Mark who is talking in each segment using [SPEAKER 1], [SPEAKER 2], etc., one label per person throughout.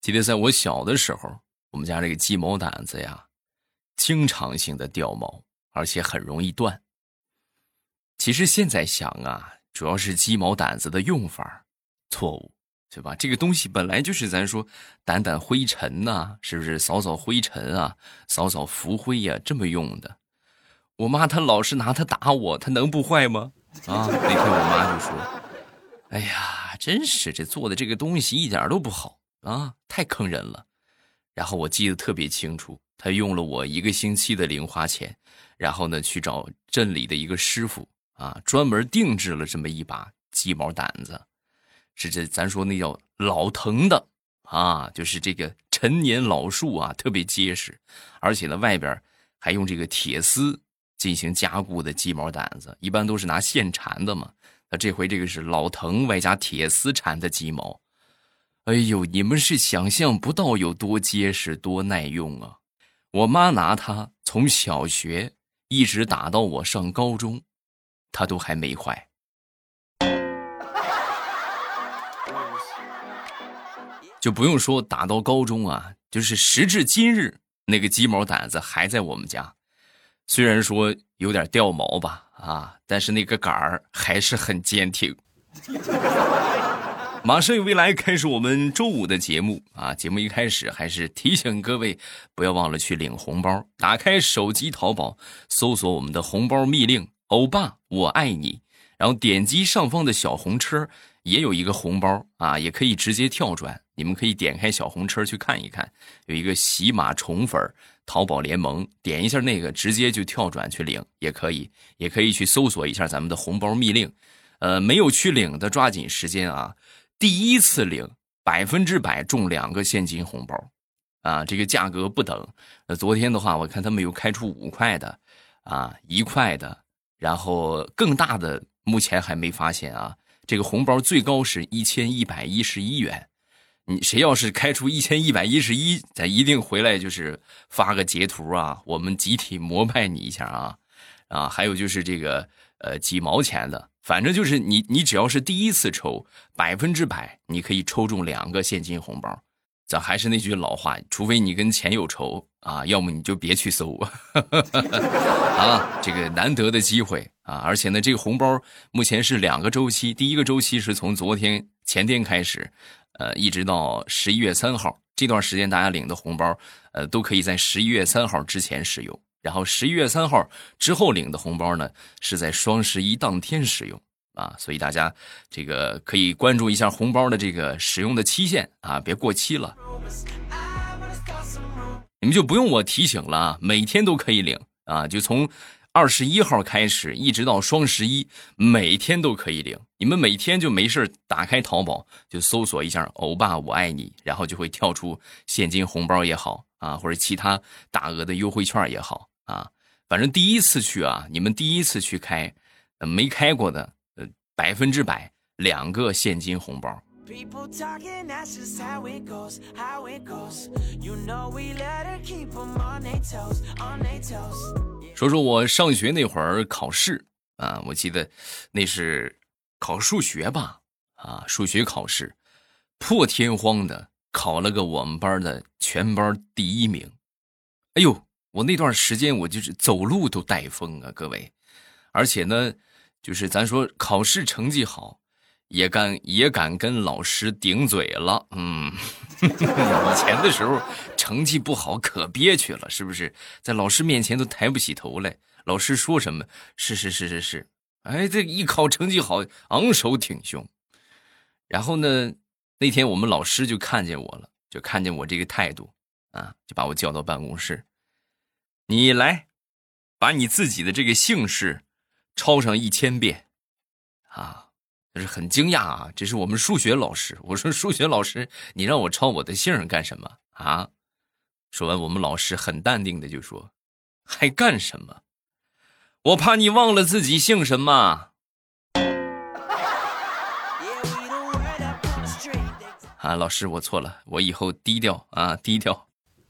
[SPEAKER 1] 记得在我小的时候，我们家这个鸡毛掸子呀，经常性的掉毛，而且很容易断。其实现在想啊，主要是鸡毛掸子的用法错误，对吧？这个东西本来就是咱说掸掸灰尘呐，是不是扫扫灰尘啊，扫扫浮灰呀，这么用的。我妈她老是拿它打我，她能不坏吗？啊，那天我妈就说：“哎呀，真是这做的这个东西一点都不好啊，太坑人了。”然后我记得特别清楚，她用了我1个星期的零花钱，然后呢去找镇里的一个师傅啊，专门定制了这么一把鸡毛掸子，是这咱说那叫老藤的啊，就是这个陈年老树啊，特别结实，而且呢外边还用这个铁丝进行加固的鸡毛掸子，一般都是拿线缠的嘛。那这回这个是老藤外加铁丝缠的鸡毛，哎呦，你们是想象不到有多结实多耐用啊！我妈拿它从小学一直打到我上高中，它都还没坏。就不用说打到高中啊，就是时至今日，那个鸡毛掸子还在我们家。虽然说有点掉毛吧，啊，但是那个杆儿还是很坚挺。马上与未来开始我们周五的节目啊！节目一开始还是提醒各位不要忘了去领红包，打开手机淘宝搜索我们的红包密令欧巴我爱你，然后点击上方的小红车也有一个红包啊，也可以直接跳转，你们可以点开小红车去看一看，有一个喜马宠粉淘宝联盟，点一下那个直接就跳转去领也可以，也可以去搜索一下咱们的红包密令。没有去领的抓紧时间啊！第一次领100%中2个现金红包，啊，这个价格不等。昨天的话，我看他们有开出5块的，啊，1块的，然后更大的目前还没发现啊。这个红包最高是1111元，你谁要是开出1111，咱一定回来就是发个截图啊，我们集体膜拜你一下啊！啊，还有就是这个几毛钱的。反正就是你只要是第一次抽100%你可以抽中2个现金红包。咱还是那句老话，除非你跟钱有仇啊，要么你就别去搜啊，这个难得的机会啊！而且呢，这个红包目前是2个周期，第一个周期是从前天开始，一直到11月3号，这段时间大家领的红包，都可以在11月3号之前使用。然后11月3号之后领的红包呢，是在双11当天使用啊，所以大家这个可以关注一下红包的这个使用的期限啊，别过期了。你们就不用我提醒了，每天都可以领啊，就从21号开始一直到双11，每天都可以领。你们每天就没事打开淘宝就搜索一下欧巴我爱你，然后就会跳出现金红包也好啊，或者其他大额的优惠券也好啊，反正第一次去啊，你们第一次去开，没开过的，100%2个现金红包。说说我上学那会儿考试啊，我记得那是考数学吧，啊，数学考试，破天荒的考了个我们班的全班第1名。哎呦，我那段时间我就是走路都带风啊，各位。而且呢，就是咱说考试成绩好，也敢跟老师顶嘴了。以前的时候成绩不好可憋屈了，是不是？在老师面前都抬不起头来，老师说什么是。哎，这一考成绩好，昂首挺胸。然后呢，那天我们老师就看见我了，就看见我这个态度啊，就把我叫到办公室，你来把你自己的这个姓氏抄上1000遍啊。就是很惊讶啊，这是我们数学老师。我说数学老师，你让我抄我的姓干什么啊？说完，我们老师很淡定的就说，还干什么？我怕你忘了自己姓什么。啊，老师，我错了，我以后低调啊，低调。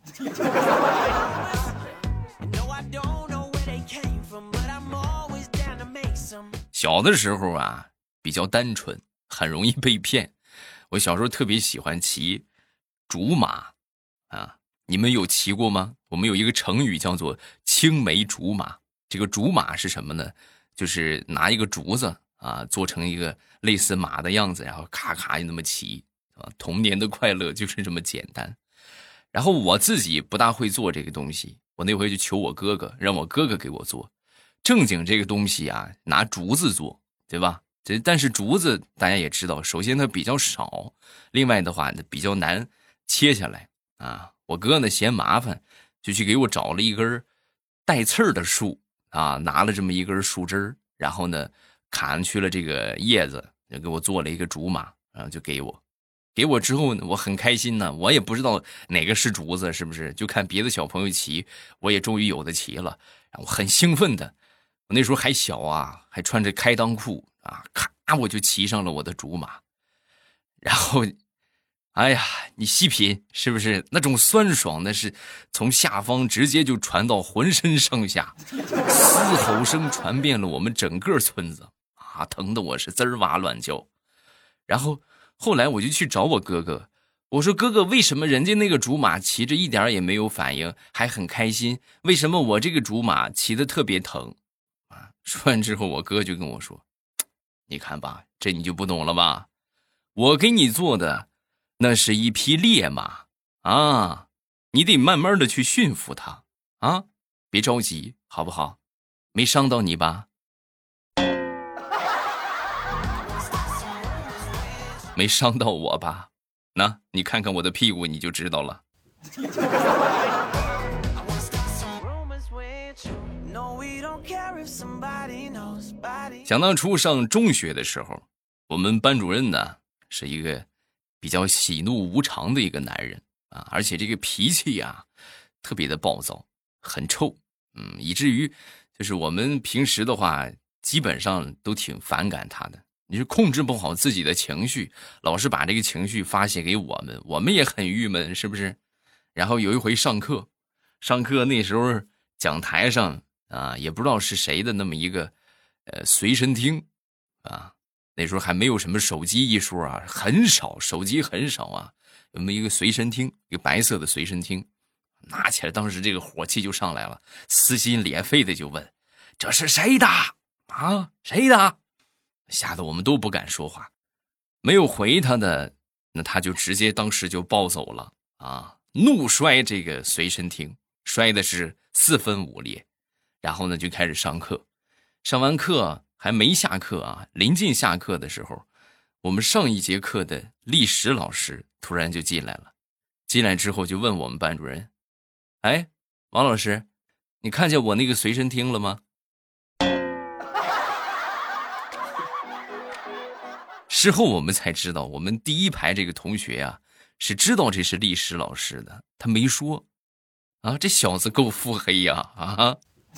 [SPEAKER 1] 小的时候啊，比较单纯，很容易被骗。我小时候特别喜欢骑竹马啊，你们有骑过吗？我们有一个成语叫做青梅竹马。这个竹马是什么呢？就是拿一个竹子啊，做成一个类似马的样子，然后咔咔就那么骑啊。童年的快乐就是这么简单。然后我自己不大会做这个东西，我那回就求我哥哥，让我哥哥给我做。正经这个东西啊，拿竹子做，对吧？但是竹子大家也知道，首先它比较少，另外的话比较难切下来啊。我哥呢嫌麻烦，就去给我找了一根带刺儿的树啊，拿了这么一根树枝，然后呢砍去了这个叶子，就给我做了一个竹马，然后就给我。给我之后呢，我很开心呢，我也不知道哪个是竹子，是不是？就看别的小朋友骑，我也终于有的骑了，然后很兴奋的。我那时候还小啊，还穿着开裆裤啊，咔我就骑上了我的竹马，然后，哎呀，你细品是不是那种酸爽的是从下方直接就传到浑身上下，嘶吼声传遍了我们整个村子啊，疼得我是滋儿哇乱叫。然后后来我就去找我哥哥，我说哥哥，为什么人家那个竹马骑着一点也没有反应，还很开心？为什么我这个竹马骑得特别疼？啊！说完之后，我哥就跟我说：“你看吧，这你就不懂了吧？我给你做的那是一匹烈马啊，你得慢慢的去驯服它啊，别着急，好不好？没伤到你吧？没伤到我吧？那你看看我的屁股，你就知道了。”想当初上中学的时候，我们班主任呢是一个比较喜怒无常的一个男人啊，而且这个脾气啊特别的暴躁，很臭，以至于就是我们平时的话基本上都挺反感他的。你是控制不好自己的情绪，老是把这个情绪发泄给我们，我们也很郁闷，是不是？然后有一回上课那时候讲台上啊，也不知道是谁的那么一个随身听啊，那时候还没有什么手机一说啊，很少，手机很少啊，有那么一个随身听，一个白色的随身听，拿起来，当时这个火气就上来了，撕心裂肺的就问：“这是谁的啊？谁的？”吓得我们都不敢说话，没有回他的，那他就直接当时就暴走了啊，怒摔这个随身听，摔的是四分五裂，然后呢就开始上课。上完课还没下课啊，临近下课的时候，我们上一节课的历史老师突然就进来了，进来之后就问我们班主任：“哎，王老师，你看见我那个随身听了吗？”事后我们才知道，我们第一排这个同学啊，是知道这是历史老师的，他没说啊，这小子够腹黑呀啊！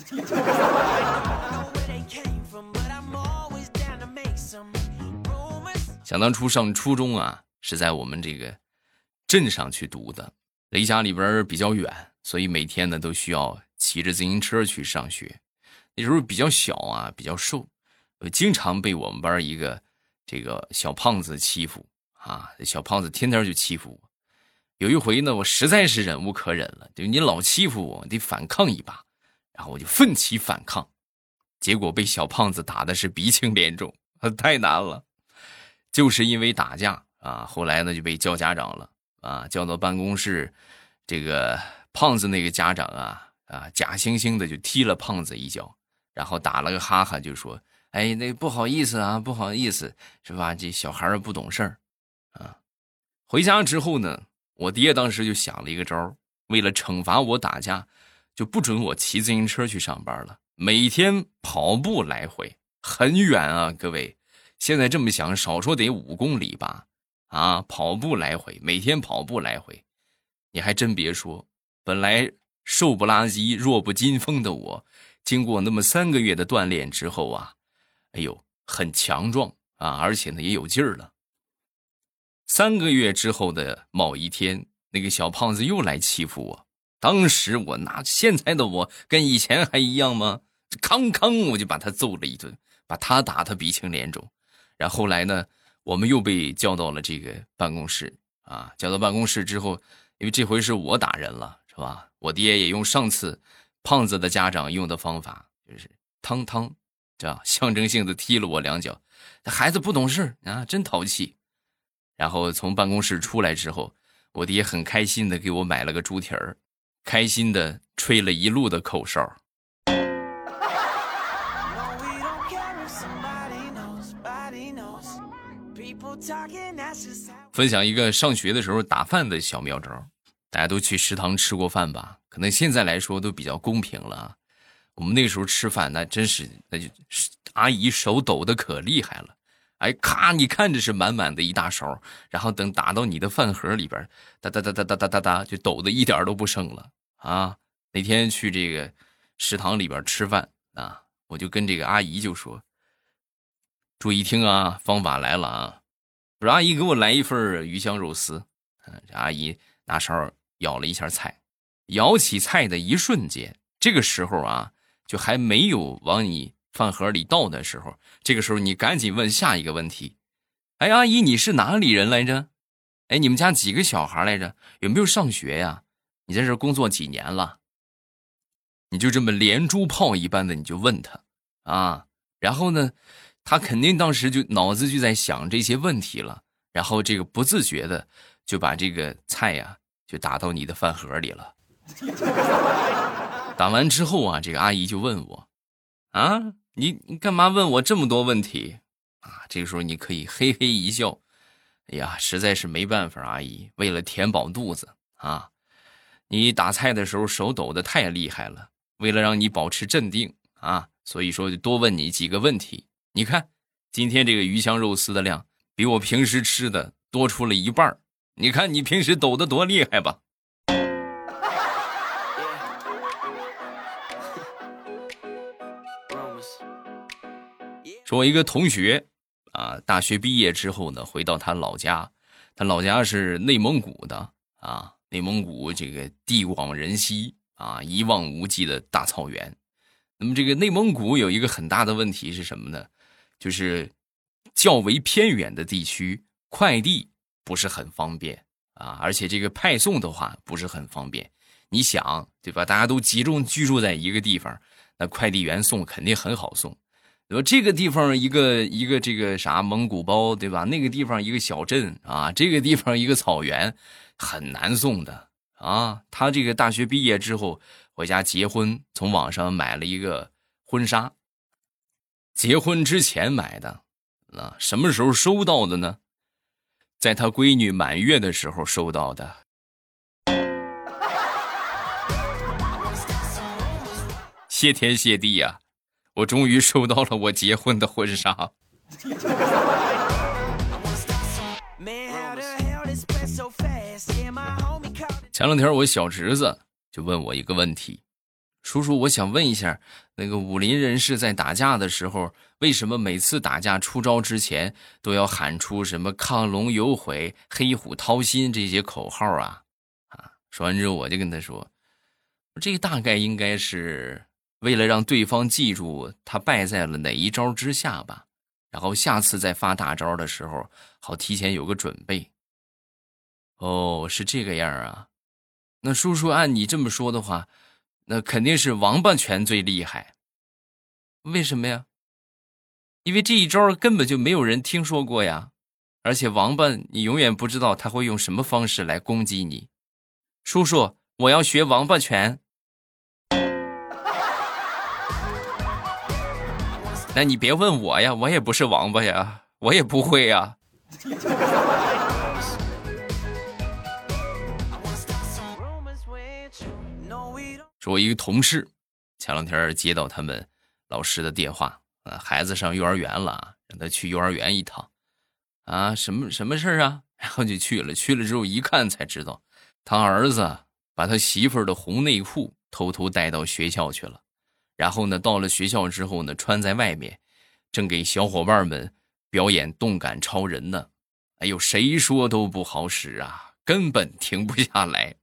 [SPEAKER 1] 想当初上初中啊，是在我们这个镇上去读的，离家里边比较远，所以每天呢都需要骑着自行车去上学。那时候比较小啊，比较瘦，经常被我们班一个这个小胖子欺负啊，小胖子天天就欺负我。有一回呢，我实在是忍无可忍了，就你老欺负我，得反抗一把，然后我就奋起反抗，结果被小胖子打的是鼻青脸肿，太难了。就是因为打架啊，后来呢就被叫家长了啊，叫到办公室，这个胖子那个家长假惺惺的就踢了胖子一脚，然后打了个哈哈，就说：“哎，那不好意思啊，不好意思，是吧？这小孩不懂事儿啊。”回家之后呢，我爹当时就想了一个招，为了惩罚我打架，就不准我骑自行车去上班了，每天跑步来回，很远啊，各位。现在这么想，少说得5公里吧，啊，跑步来回，每天跑步来回。你还真别说，本来瘦不拉几、弱不禁风的我，经过那么3个月的锻炼之后啊，哎呦，很强壮啊，而且呢也有劲儿了。3个月之后的某一天，那个小胖子又来欺负我，当时我拿现在的我跟以前还一样吗？康康我就把他揍了一顿，把他打他鼻青脸肿。然后后来呢，我们又被叫到了这个办公室啊，叫到办公室之后，因为这回是我打人了，是吧？我爹也用上次胖子的家长用的方法，就是汤汤，这样象征性的踢了我2脚。孩子不懂事啊，真淘气。然后从办公室出来之后，我爹很开心的给我买了个猪蹄儿，开心的吹了一路的口哨。分享一个上学的时候打饭的小妙招，大家都去食堂吃过饭吧？可能现在来说都比较公平了啊。我们那时候吃饭那真是，那就阿姨手抖的可厉害了，哎，咔，你看着是满满的一大勺，然后等打到你的饭盒里边，哒哒哒哒哒哒哒哒，就抖的一点都不剩了啊。那天去这个食堂里边吃饭啊，我就跟这个阿姨就说，注意听啊，方法来了啊。说阿姨给我来一份鱼香肉丝。这阿姨拿勺舀了一下菜，舀起菜的一瞬间，这个时候啊，就还没有往你饭盒里倒的时候，这个时候你赶紧问下一个问题。哎，阿姨你是哪里人来着？哎，你们家几个小孩来着？有没有上学呀？你在这工作几年了？你就这么连珠炮一般的你就问他啊，然后呢他肯定当时就脑子就在想这些问题了，然后这个不自觉的就把这个菜呀就打到你的饭盒里了。打完之后啊，这个阿姨就问我啊，你干嘛问我这么多问题啊？这个时候你可以嘿嘿一笑，哎呀，实在是没办法，阿姨为了填饱肚子啊，你打菜的时候手抖得太厉害了，为了让你保持镇定啊，所以说就多问你几个问题。你看今天这个鱼香肉丝的量比我平时吃的多出了一半，你看你平时抖得多厉害吧。说我一个同学啊，大学毕业之后呢，回到他老家，他老家是内蒙古的啊，内蒙古这个地广人稀啊，一望无际的大草原。那么这个内蒙古有一个很大的问题是什么呢？就是较为偏远的地区，快递不是很方便啊，而且这个派送的话不是很方便。你想，对吧？大家都集中居住在一个地方，那快递员送肯定很好送。这个地方一个这个啥蒙古包，对吧？那个地方一个小镇啊，这个地方一个草原，很难送的啊。他这个大学毕业之后回家结婚，从网上买了一个婚纱，结婚之前买的啊，什么时候收到的呢？在他闺女满月的时候收到的。谢天谢地呀，我终于收到了我结婚的婚纱。前两天我小侄子就问我一个问题，叔叔，我想问一下，那个武林人士在打架的时候，为什么每次打架出招之前都要喊出什么亢龙有悔、黑虎掏心这些口号啊？说完之后我就跟他说，这个大概应该是为了让对方记住他败在了哪一招之下吧，然后下次再发大招的时候好提前有个准备。哦，是这个样啊。那叔叔按你这么说的话，那肯定是王八拳最厉害。为什么呀？因为这一招根本就没有人听说过呀，而且王八你永远不知道他会用什么方式来攻击你。叔叔，我要学王八拳。那你别问我呀，我也不是王八呀，我也不会呀。说我一个同事前两天接到他们老师的电话啊，孩子上幼儿园了，让他去幼儿园一趟啊，什么事啊？然后就去了之后一看才知道，他儿子把他媳妇儿的红内裤偷偷带到学校去了，然后呢到了学校之后呢，穿在外面正给小伙伴们表演动感超人呢。哎呦，谁说都不好使啊，根本停不下来。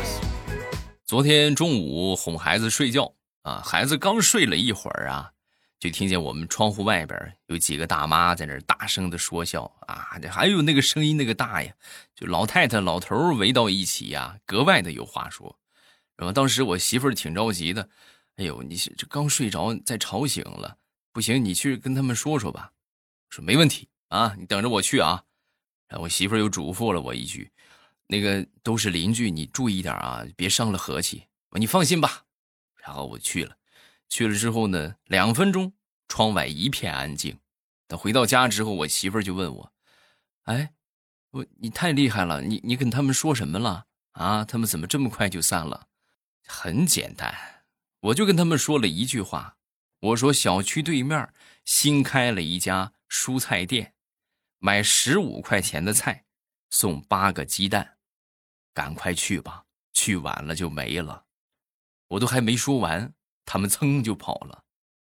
[SPEAKER 1] 昨天中午哄孩子睡觉啊，孩子刚睡了一会儿啊， 就听见我们窗户外边有几个大妈在那儿大声的说笑啊，还有那个声音那个大呀，就老太太老头围到一起呀，格外的有话说。然后当时我媳妇儿挺着急的，哎呦，你这刚睡着再吵醒了，不行，你去跟他们说说吧。说没问题啊，你等着我去啊。然后我媳妇儿又嘱咐了我一句，那个都是邻居，你注意点啊，别伤了和气。你放心吧。然后我去了之后呢，2分钟，窗外一片安静。等回到家之后，我媳妇儿就问我，哎，你太厉害了，你跟他们说什么了啊？他们怎么这么快就散了？很简单，我就跟他们说了一句话，我说小区对面新开了一家蔬菜店，买15块钱的菜送8个鸡蛋，赶快去吧，去晚了就没了。我都还没说完，他们噌就跑了。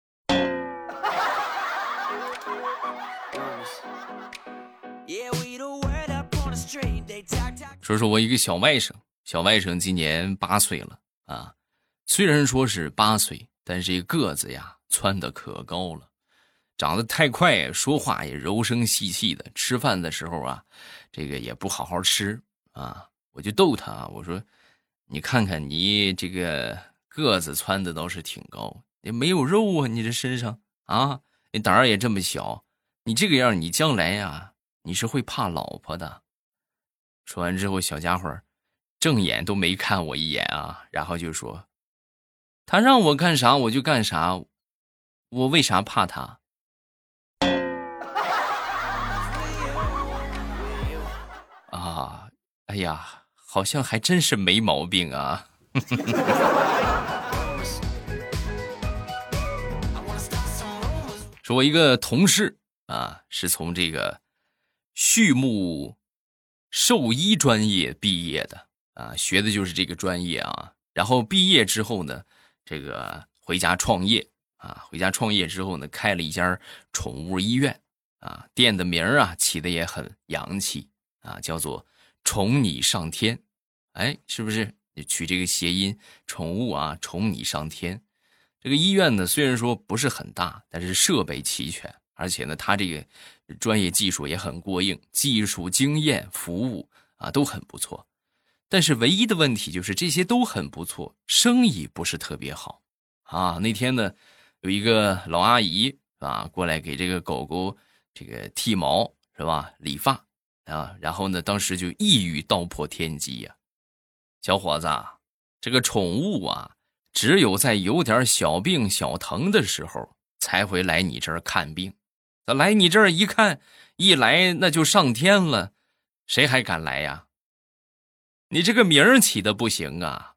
[SPEAKER 1] 说说我一个小外甥今年8岁了啊，虽然说是8岁，但是这个子呀蹿得可高了，长得太快，说话也柔声细气的，吃饭的时候啊，这个也不好好吃啊。我就逗他，我说你看看你这个子蹿的倒是挺高，也没有肉啊，你这身上啊，你胆儿也这么小，你这个样你将来呀，你是会怕老婆的。说完之后，小家伙正眼都没看我一眼啊，然后就说，他让我干啥我就干啥，我为啥怕他？啊，哎呀，好像还真是没毛病啊。说我一个同事啊，是从这个畜牧兽医专业毕业的啊，学的就是这个专业啊。然后毕业之后呢，这个回家创业啊，回家创业之后呢，开了一家宠物医院啊，店的名啊起的也很洋气啊，叫做宠你上天。哎，是不是取这个谐音，宠物啊，宠你上天。这个医院呢，虽然说不是很大，但是设备齐全，而且呢，他这个专业技术也很过硬，技术经验、服务啊都很不错。但是唯一的问题就是这些都很不错，生意不是特别好啊。那天呢，有一个老阿姨啊过来给这个狗狗这个剃毛是吧，理发啊，然后呢，当时就一语道破天机呀，小伙子，这个宠物啊。只有在有点小病小疼的时候才会来你这儿看病，来你这儿一看，一来那就上天了，谁还敢来呀？你这个名儿起的不行啊。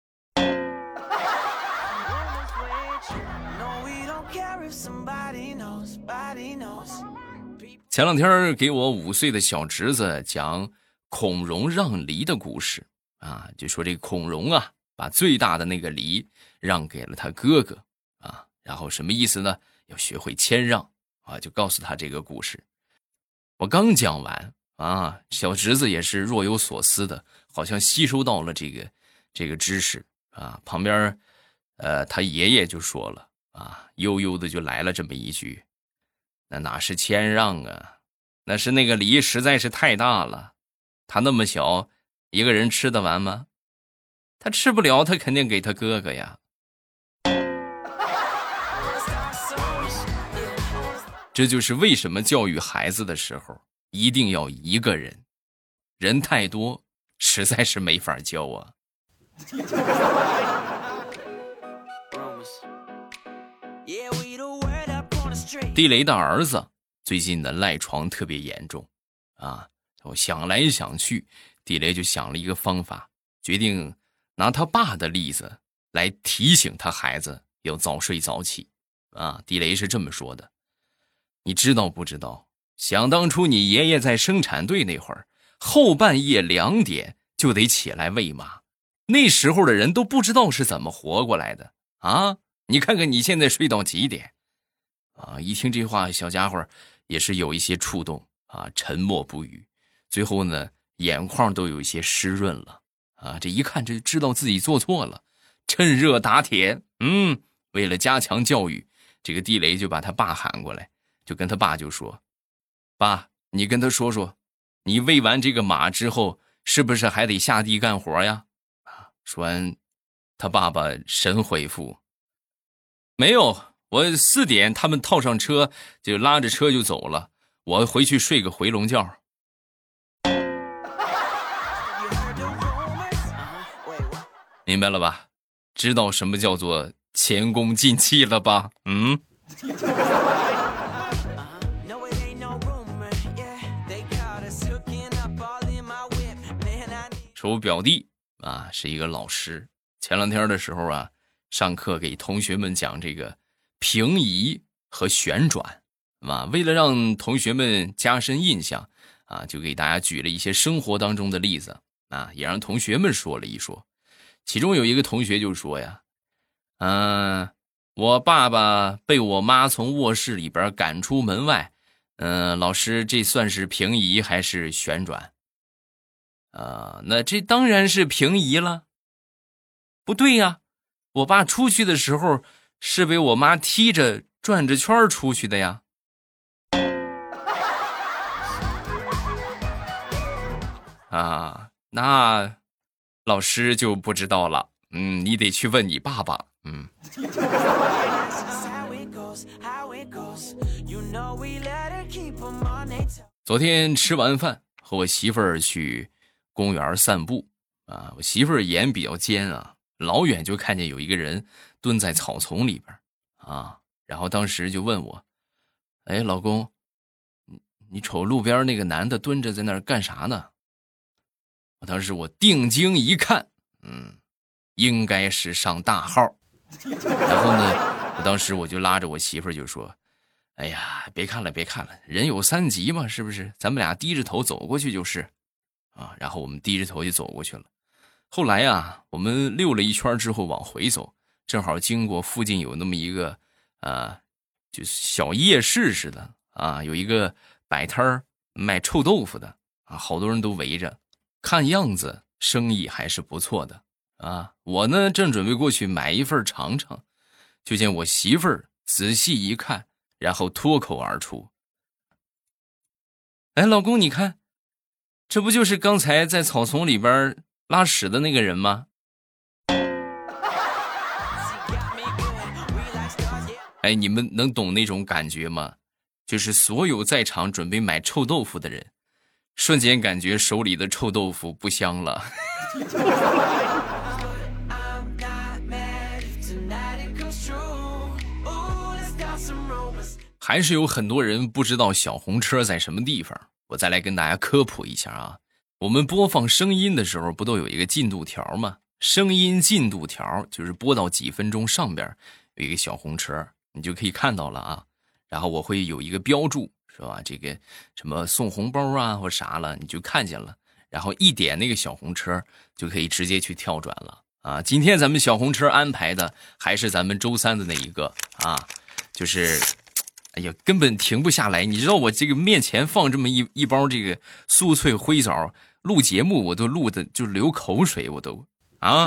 [SPEAKER 1] 前两天给我5岁的小侄子讲孔融让梨的故事啊，就说这孔融啊把最大的那个梨让给了他哥哥啊，然后什么意思呢？要学会谦让啊，就告诉他这个故事。我刚讲完啊，小侄子也是若有所思的，好像吸收到了这个知识啊。旁边他爷爷就说了啊，悠悠的就来了这么一句，那哪是谦让啊，那是那个梨实在是太大了，他那么小，一个人吃得完吗？他吃不了，他肯定给他哥哥呀。这就是为什么教育孩子的时候一定要一个人，人太多实在是没法教啊。地雷的儿子最近的赖床特别严重啊，我想来想去，地雷就想了一个方法，决定拿他爸的例子来提醒他孩子要早睡早起啊。地雷是这么说的，你知道不知道，想当初你爷爷在生产队那会儿，后半夜2点就得起来喂马，那时候的人都不知道是怎么活过来的啊！你看看你现在睡到几点啊？一听这话，小家伙也是有一些触动啊，沉默不语，最后呢眼眶都有一些湿润了啊！这一看这就知道自己做错了，趁热打铁。为了加强教育， 这个地雷就把他爸喊过来，就跟他爸就说：爸，你跟他说说，你喂完这个马之后是不是还得下地干活呀？说完他爸爸神回复：没有，我4点他们套上车就拉着车就走了，我回去睡个回笼觉。明白了吧？知道什么叫做前功尽弃了吧？说我表弟啊是一个老师，前2天的时候啊，上课给同学们讲这个平移和旋转，为了让同学们加深印象啊，就给大家举了一些生活当中的例子啊，也让同学们说了一说。其中有一个同学就说呀，我爸爸被我妈从卧室里边赶出门外，老师这算是平移还是旋转？那这当然是平移了。不对呀，我爸出去的时候是被我妈踢着转着圈出去的呀。那老师就不知道了，你得去问你爸爸。昨天吃完饭和我媳妇儿去公园散步啊，我媳妇儿眼比较尖啊，老远就看见有一个人蹲在草丛里边啊，然后当时就问我，老公，你瞅路边那个男的蹲着在那儿干啥呢？当时我定睛一看，应该是上大号。然后呢，当时我就拉着我媳妇儿就说，哎呀，别看了，人有3急嘛，是不是？咱们俩低着头走过去就是啊。然后我们低着头就走过去了。后来啊，我们溜了一圈之后往回走，正好经过附近有那么一个就是小夜市似的啊，有一个摆摊儿卖臭豆腐的啊，好多人都围着，看样子生意还是不错的啊。我呢正准备过去买一份尝尝，就见我媳妇儿仔细一看，然后脱口而出，老公，你看，这不就是刚才在草丛里边拉屎的那个人吗？你们能懂那种感觉吗？就是所有在场准备买臭豆腐的人，瞬间感觉手里的臭豆腐不香了。还是有很多人不知道小红车在什么地方，我再来跟大家科普一下啊。我们播放声音的时候不都有一个进度条吗？声音进度条就是播到几分钟上边有一个小红车，你就可以看到了啊。然后我会有一个标注，是吧？这个什么送红包啊或啥了，你就看见了，然后一点那个小红车就可以直接去跳转了啊。今天咱们小红车安排的还是咱们周3的那一个啊，就是哎呀根本停不下来。你知道我这个面前放这么一包这个酥脆灰枣，录节目我都录的就流口水，我都啊。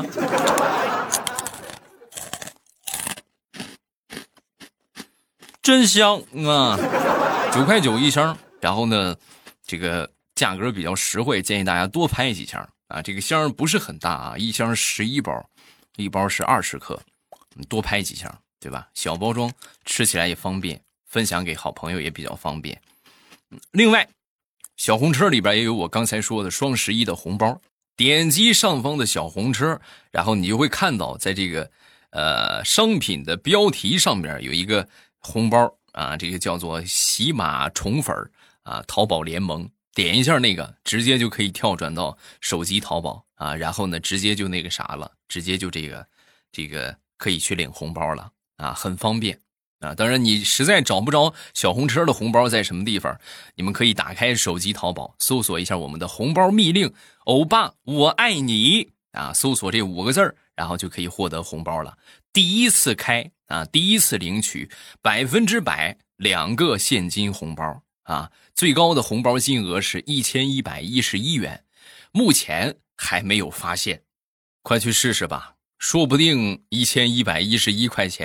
[SPEAKER 1] 真香啊！9.9块一箱，然后呢，这个价格比较实惠，建议大家多拍几箱啊。这个箱不是很大啊，一箱11包，一包是20克，多拍几箱，对吧？小包装吃起来也方便，分享给好朋友也比较方便。另外，小红车里边也有我刚才说的双11的红包，点击上方的小红车，然后你就会看到在这个商品的标题上面有一个红包啊，这个叫做喜马宠粉啊，淘宝联盟，点一下那个直接就可以跳转到手机淘宝啊，然后呢直接就那个啥了，直接就这个可以去领红包了啊，很方便啊。当然你实在找不着小红车的红包在什么地方，你们可以打开手机淘宝搜索一下我们的红包密令欧巴我爱你啊，搜索这5个字，然后就可以获得红包了。第一次开啊，第一次领取100%2个现金红包啊，最高的红包金额是1111元，目前还没有发现，快去试试吧，说不定1111块钱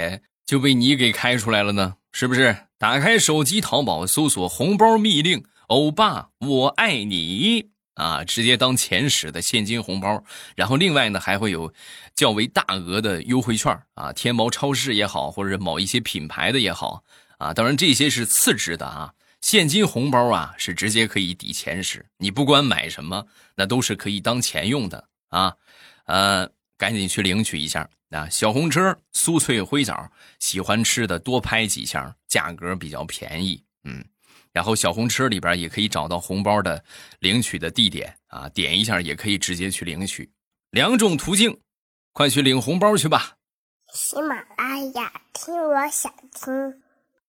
[SPEAKER 1] 就被你给开出来了呢？是不是？打开手机淘宝，搜索红包密令欧巴我爱你啊，直接当前使的现金红包。然后另外呢，还会有较为大额的优惠券啊，天猫超市也好，或者某一些品牌的也好啊，当然这些是次之的啊。现金红包啊是直接可以抵前使，你不管买什么，那都是可以当钱用的啊。赶紧去领取一下啊！小红车、酥脆灰枣，喜欢吃的多拍几箱，价格比较便宜。然后小红车里边也可以找到红包的领取的地点啊，点一下也可以直接去领取。2种途径，快去领红包去吧！
[SPEAKER 2] 喜马拉雅，听我想听。